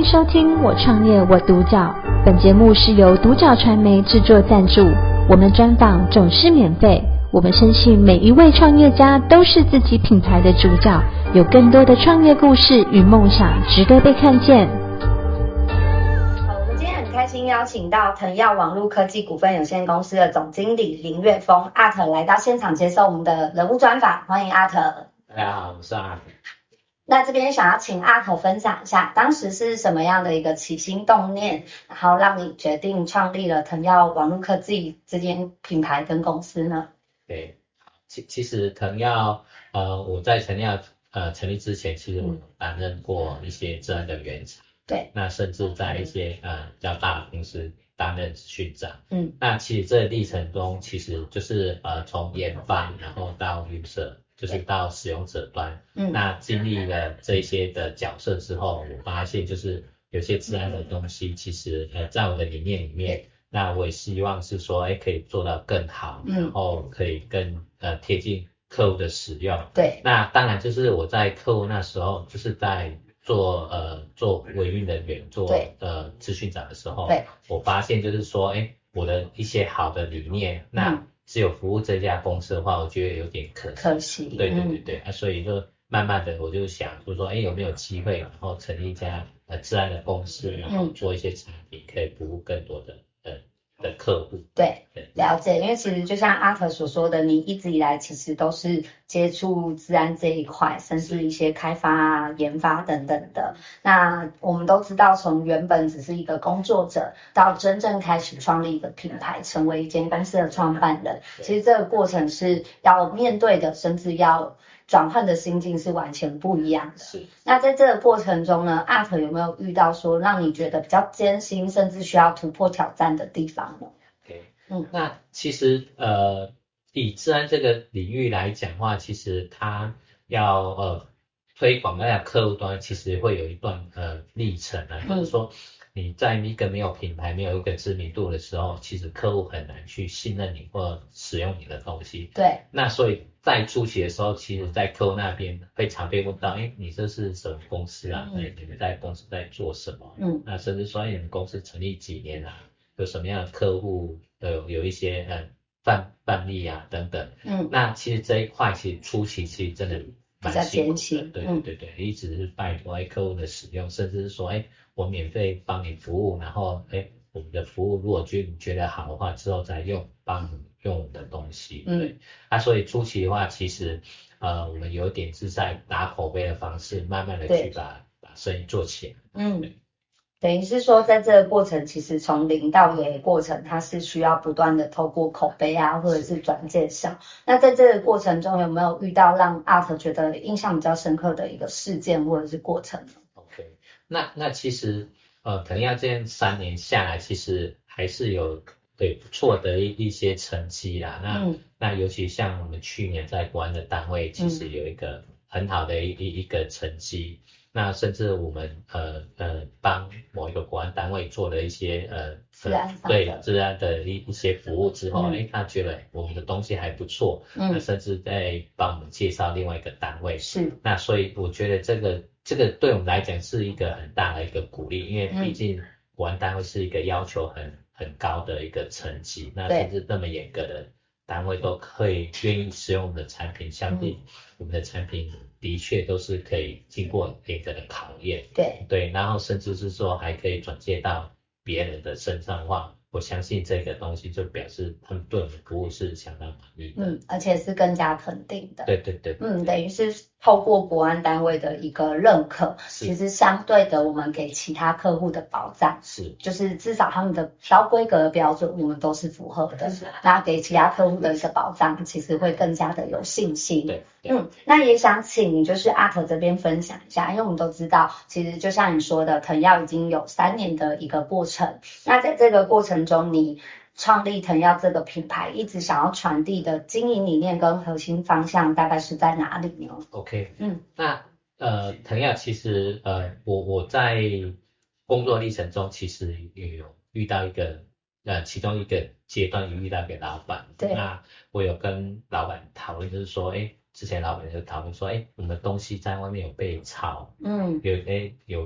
收听《我创业我独角》，本节目是由独角传媒制作赞助，我们专访总是免费。我们深信每一位创业家都是自己品牌的主角，有更多的创业故事与梦想值得被看见。 我们今天很开心邀请到腾耀网络科技股份有限公司的总经理林岳峰阿特来到现场接受我们的人物专访，欢迎阿特。 大家好，我是阿特。 那这边想要请阿特分享一下，当时是什么样的一个起心动念，然后让你决定创立了腾耀网络科技这间品牌跟公司呢？ 对，其实腾耀，我在腾耀成立之前，其实我担任过一些治安的原厂， 对， 那甚至在一些比较大的公司担任资讯长，那其实这个历程中，其实就是从研发然后到user，就是到使用者端，那经历了这些的角色之后，我发现就是有些治安的东西，其实在我的理念里面。那我也希望是说，可以做到更好，然后可以更贴近客户的使用。 对。 那当然就是我在客户那时候，就是在做维运人员，做资讯长的时候，我发现就是说，我的一些好的理念，那只有服务这家公司的话，我觉得有点可惜。对，所以就慢慢的我就想说，有没有机会，然后成立一家治安的公司，然后做一些产品，可以服务更多的客户。 对，了解。因为其实就像阿特所说的，你一直以来其实都是接触治安这一块，甚至一些开发、研发等等的。那我们都知道，从原本只是一个工作者，到真正开始创立一个品牌，成为一间公司的创办人，其实这个过程是要面对的，甚至要转换的心境是完全不一样的。 是。 那在这个过程中呢，阿特有没有遇到说让你觉得比较艰辛，甚至需要突破挑战的地方呢？ 那其实以治安这个领域来讲的话，其实它要推广到客户端，其实会有一段历程啊，就是说你在一个没有品牌、没有一个知名度的时候，其实客户很难去信任你或使用你的东西。 对。 那所以在初期的时候，其实在客户那边会常被问到，你这是什么公司啊？你们在公司在做什么？那甚至说你们公司成立几年啊？有什么样的客户有一些范例啊等等。那其实这一块其实初期其实真的蛮辛苦的。对，一直是拜托客户的使用，甚至是说我免费帮你服务，然后我们的服务如果你觉得好的话，之后再帮你用我们的东西。对。所以初期的话，其实我们有点是在打口碑的方式，慢慢的去把生意做起来。 等于是说，在这个过程，其实从零到有的过程，它是需要不断的透过口碑啊，或者是转介绍。那在这个过程中，有没有遇到让阿特觉得印象比较深刻的一个事件或者是过程呢 ？OK， 那其实腾耀这3年下来，其实还是有不错的一些成绩啦。那尤其像我们去年在国安的单位，其实有一个很好的一个成绩。那甚至我们帮某一个国安单位做了一些治安的一些服务之后，他觉得我们的东西还不错，那甚至在帮我们介绍另外一个单位。 是。 那所以我觉得这个对我们来讲是一个很大的一个鼓励，因为毕竟国安单位是一个要求很高的一个成绩，那甚至这么严格的单位都可以愿意使用我们的产品，相比我们的产品的确都是可以经过严格的考验。对，然后甚至是说还可以转介到别人的身上的话，我相信这个东西就表示他们对我们的服务是相当满意的。 而且是更加肯定的。 对。 等于是透过国安单位的一个认可，其实相对的我们给其他客户的保障就是至少他们的高规格的标准我们都是符合的，那给其他客户的一个保障其实会更加的有信心。那也想请你就是阿特这边分享一下，因为我们都知道其实就像你说的，腾耀已经有3年的一个过程，那在这个过程中你创立腾耀这个品牌一直想要传递的经营理念跟核心方向大概是在哪里呢？ OK， 那腾耀其实我在工作历程中其实也有遇到一个其中一个阶段有遇到一个老板，那我有跟老板讨论，就是说之前老板就讨论说我们的东西在外面有被炒，有人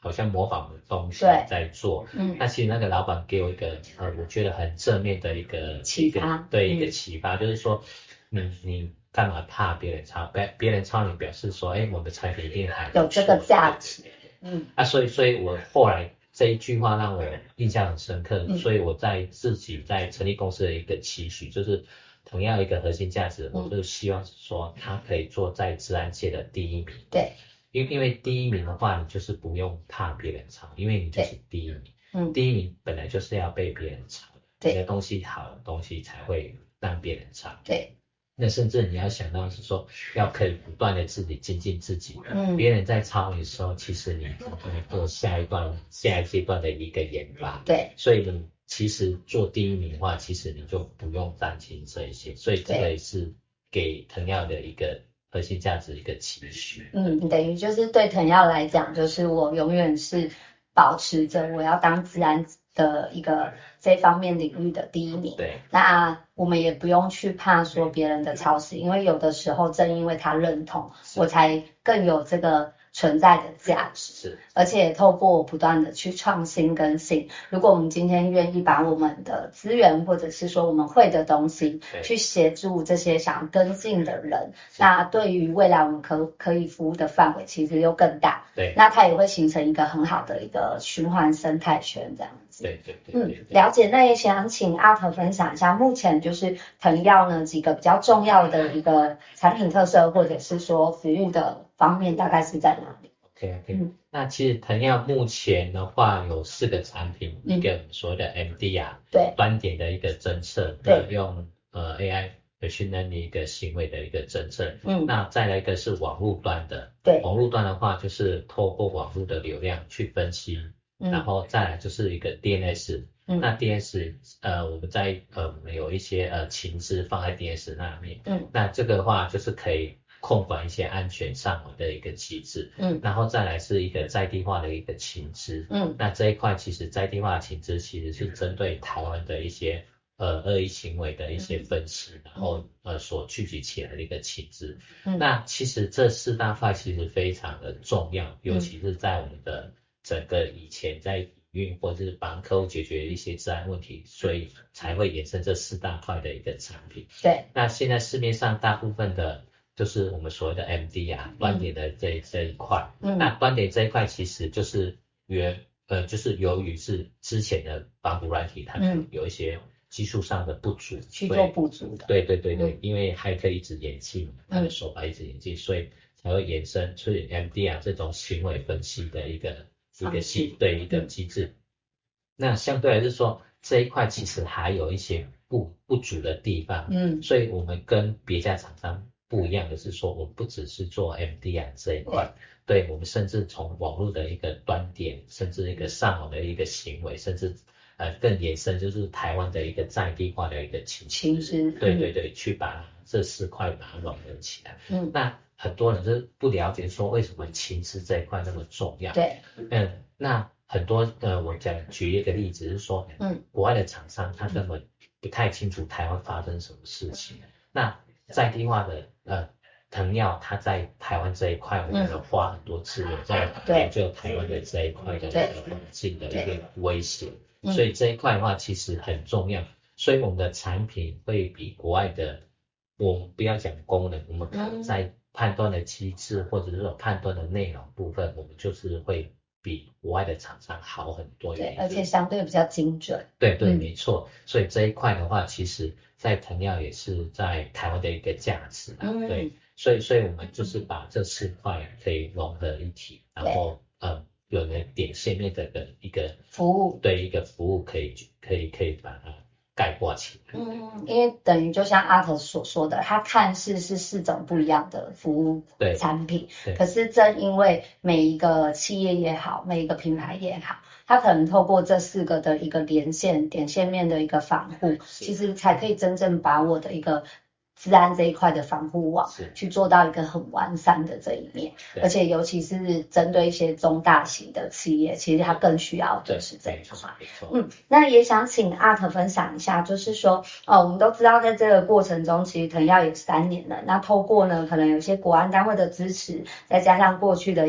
好像模仿的东西在做。那其实那个老板给我一个我觉得很正面的一个启发， 一个启发，就是说你干嘛怕别人抄？别人抄你表示说，我的产品一定还有这个价值。 所以我后来这一句话让我印象很深刻，所以我在自己在成立公司的一个期许，就是同样一个核心价值，我就希望说它可以做在治安界的第一名。 对。 因为第一名的话，你就是不用怕别人抄，因为你就是第一名。第一名本来就是要被别人抄的，你的东西好的东西才会让别人抄。 对。 那甚至你要想到是说，要可以不断的自己精进自己。别人在抄你的时候，其实你做下一阶段的一个研发。 对。 所以你其实做第一名的话，其实你就不用担心这一些。所以这个也是给腾耀的一个核心价值一个期许。 等于就是对腾耀来讲，就是我永远是保持着我要当治安的一个这方面领域的第一名。 对。 那我们也不用去怕说别人的抄袭，因为有的时候正因为他认同，我才更有这个存在的价值。 是。 而且透过我不断的去创新更新，如果我们今天愿意把我们的资源或者是说我们会的东西去协助这些想要跟进的人，那对于未来我们可以服务的范围其实又更大。 对。 那它也会形成一个很好的一个循环生态圈这样子。 对。 了解。那也想请阿特分享一下目前就是腾耀呢几个比较重要的一个产品特色，或者是说服务的方面大概是在哪里？ OK， 那其实腾耀目前的话有4个产品，一个所谓的 MDR， 对， 端点的一个侦测， 对， 用AI machine learning 一个行为的一个侦测。那再来一个是网络端的， 对， 网络端的话就是透过网络的流量去分析，然后再来就是一个 DNS。那 DNS 我们在我们有一些情资放在 DNS 那面，那这个的话就是可以控管一些安全上网的一个机制，然后再来是一个在地化的一个情资，那这一块其实在地化的情资其实是针对台湾的一些恶意行为的一些分析，然后所聚集起来的一个情资。那其实这4大块其实非常的重要，尤其是在我们的整个以前在营运或者是帮客户解决一些治安问题，所以才会衍生这4大块的一个产品。 对。 那现在市面上大部分的就是我们所谓的 MDR 端点的这一块，那端点这一块其实就是就是由于是之前的防毒软体它有一些技术上的不足， 去做补足的。 对，因为骇客一直演进，他的手法一直演进，所以才会衍生出 MDR 这种行为分析的一个机制。那相对来是说这一块其实还有一些不足的地方，所以我们跟别家厂商不一样的是说，我们不只是做 MDR 这一块，对，我们甚至从网络的一个端点，甚至一个上网的一个行为，甚至更延伸就是台湾的一个在地化的一个情资，对，去把这4块把它融合起来。那很多人是不了解说为什么情资这一块那么重要。 对。 那很多我举一个例子是说，国外的厂商他根本不太清楚台湾发生什么事情。那在地化的腾耀他在台湾这一块，我们有花很多资源在研究台湾的这一块的环境的一个威胁，所以这一块的话其实很重要。所以我们的产品会比国外的，我们不要讲功能，我们可能在判断的机制或者是说判断的内容部分，我们就是会比国外的厂商好很多。 对，而且相对比较精准。 对，没错。所以这一块的话，其实在腾耀也是在台湾的一个价值。对，所以我们就是把这4块可以融合一体，然后有个点线面的一个服务， 对，一个服务可以把它概括起来。 因为等于就像阿特所说的，它看似是4种不一样的服务产品，可是正因为每一个企业也好，每一个品牌也好，它可能透过这4个的一个连线点线面的一个防护，其实才可以真正把我的一个治安这一块的防护网去做到一个很完善的这一面，而且尤其是针对一些中大型的企业，其实它更需要就是这一块。那也想请阿特分享一下，就是说我们都知道在这个过程中，其实腾耀也3年了，那透过呢可能有些国安单位的支持，再加上过去的一些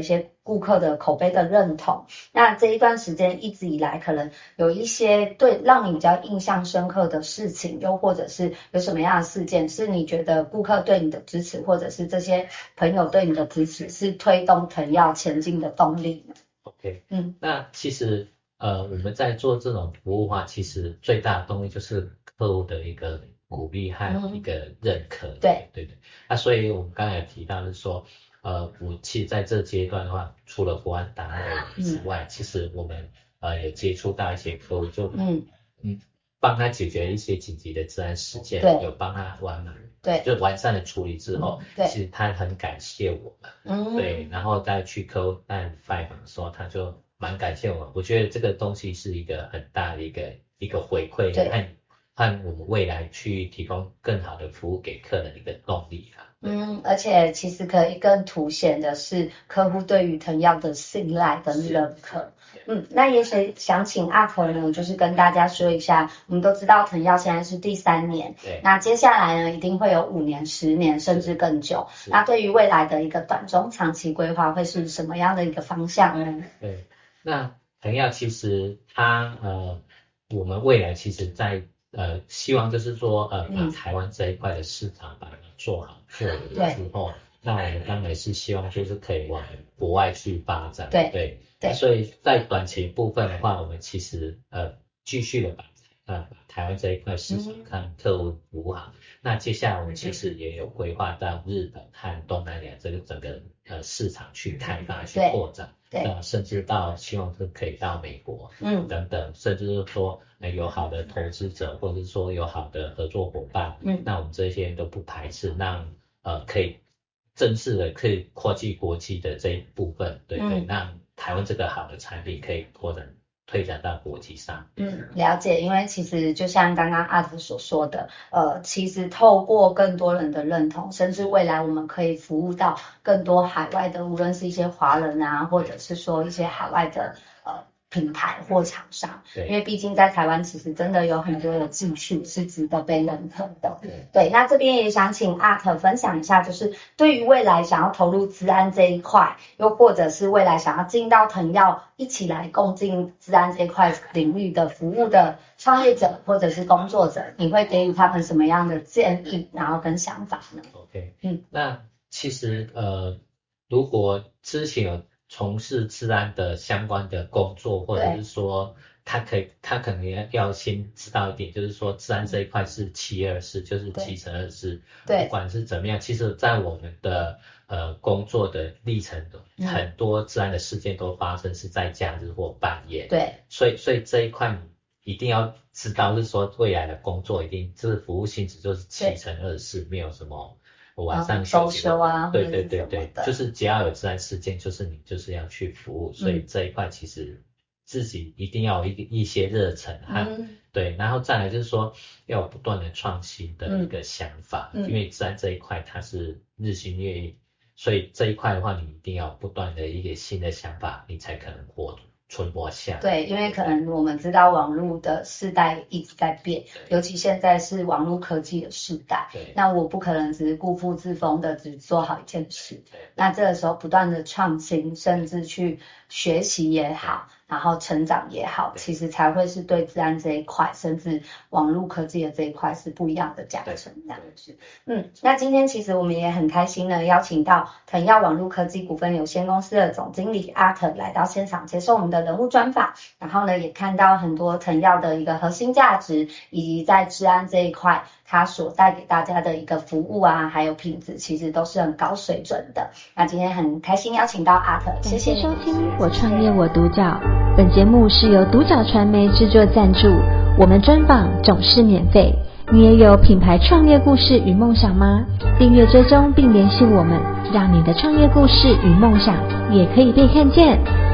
顾客的口碑的认同。那这一段时间一直以来可能有一些对让你比较印象深刻的事情，又或者是有什么样的事件是你觉得顾客对你的支持，或者是这些朋友对你的支持是推动腾耀前进的动力呢？ OK， 那其实我们在做这种服务的话，其实最大的动力就是客户的一个鼓励和一个认可。 对。 那所以我们刚才有提到是说，我其实在这阶段的话，除了国安单位之外，其实我们有接触到一些客户，就帮他解决一些紧急的治安事件，有帮他就完善的处理之后，其实他很感谢我们，对，然后再去客户那里拜访的时候，他就蛮感谢我们。我觉得这个东西是一个很大的一个回馈，和我们未来去提供更好的服务给客人的一个动力啊。 而且其实可以更凸显的是客户对于腾耀的信赖跟认可。那也想请阿可呢，就是跟大家说一下，我们都知道腾耀现在是第3年，那接下来呢一定会有5年、10年甚至更久。那对于未来的一个短中长期规划会是什么样的一个方向呢？ 对，那腾耀其实我们未来其实在希望就是说把台湾这一块的市场把它做好之后，那我们当然是希望就是可以往国外去发展。对，所以在短期部分的话，我们其实继续的把台湾这一块市场看客户服务好。那接下来我们其实也有规划到日本和东南亚这个整个市场去开发去扩展。甚至希望是可以到美国，等等，甚至是说有好的投资者，或者是说有好的合作伙伴，那我们这些人都不排斥，让可以正式的可以跨进国际的这一部分，对，让台湾这个好的产品可以推展到国际上。 了解，因为其实就像刚刚阿德所说的，其实透过更多人的认同，甚至未来我们可以服务到更多海外的，无论是一些华人啊，或者是说一些海外的品牌或厂商，因为毕竟在台湾其实真的有很多的技术是值得被认可的。对，那这边也想请阿可分享一下，就是对于未来想要投入资安这一块，又或者是未来想要进到腾耀一起来共进资安这一块领域的服务的创业者或者是工作者，你会给予他们什么样的建议，然后跟想法呢？ OK， 那其实如果之前有从事治安的相关的工作，或者是说他可能要先知道一点，就是说治安这一块是724，就是7乘24，不管是怎么样，其实在我们的工作的历程很多治安的事件都发生是在假日或半夜，所以这一块你一定要知道，是说未来的工作一定就是服务性质就是7乘24，没有什么晚上休啊， 对，就是只要有治安事件，就是你就是要去服务，所以这一块其实自己一定要有一些热忱对，然后再来就是说要有不断的创新的一个想法，因为治安这一块它是日新月异，所以这一块的话你一定要不断的一些新的想法，你才可能存活下来。 对，因为可能我们知道网络的世代一直在变，尤其现在是网络科技的世代，那我不可能只是固步自封的只做好一件事，那这个时候不断的创新，甚至去学习也好，然后成长也好，其实才会是对治安这一块，甚至网络科技的这一块是不一样的加成这样子。那今天其实我们也很开心呢，邀请到腾耀网络科技股份有限公司的总经理阿可来到现场接受我们的人物专访，然后呢也看到很多腾耀的一个核心价值，以及在治安这一块它所带给大家的一个服务啊，还有品质，其实都是很高水准的。那今天很开心邀请到阿可，谢谢收听我创业我独角。本节目是由独角传媒制作赞助，我们专访总是免费。你也有品牌创业故事与梦想吗？订阅追踪并联系我们，让你的创业故事与梦想也可以被看见。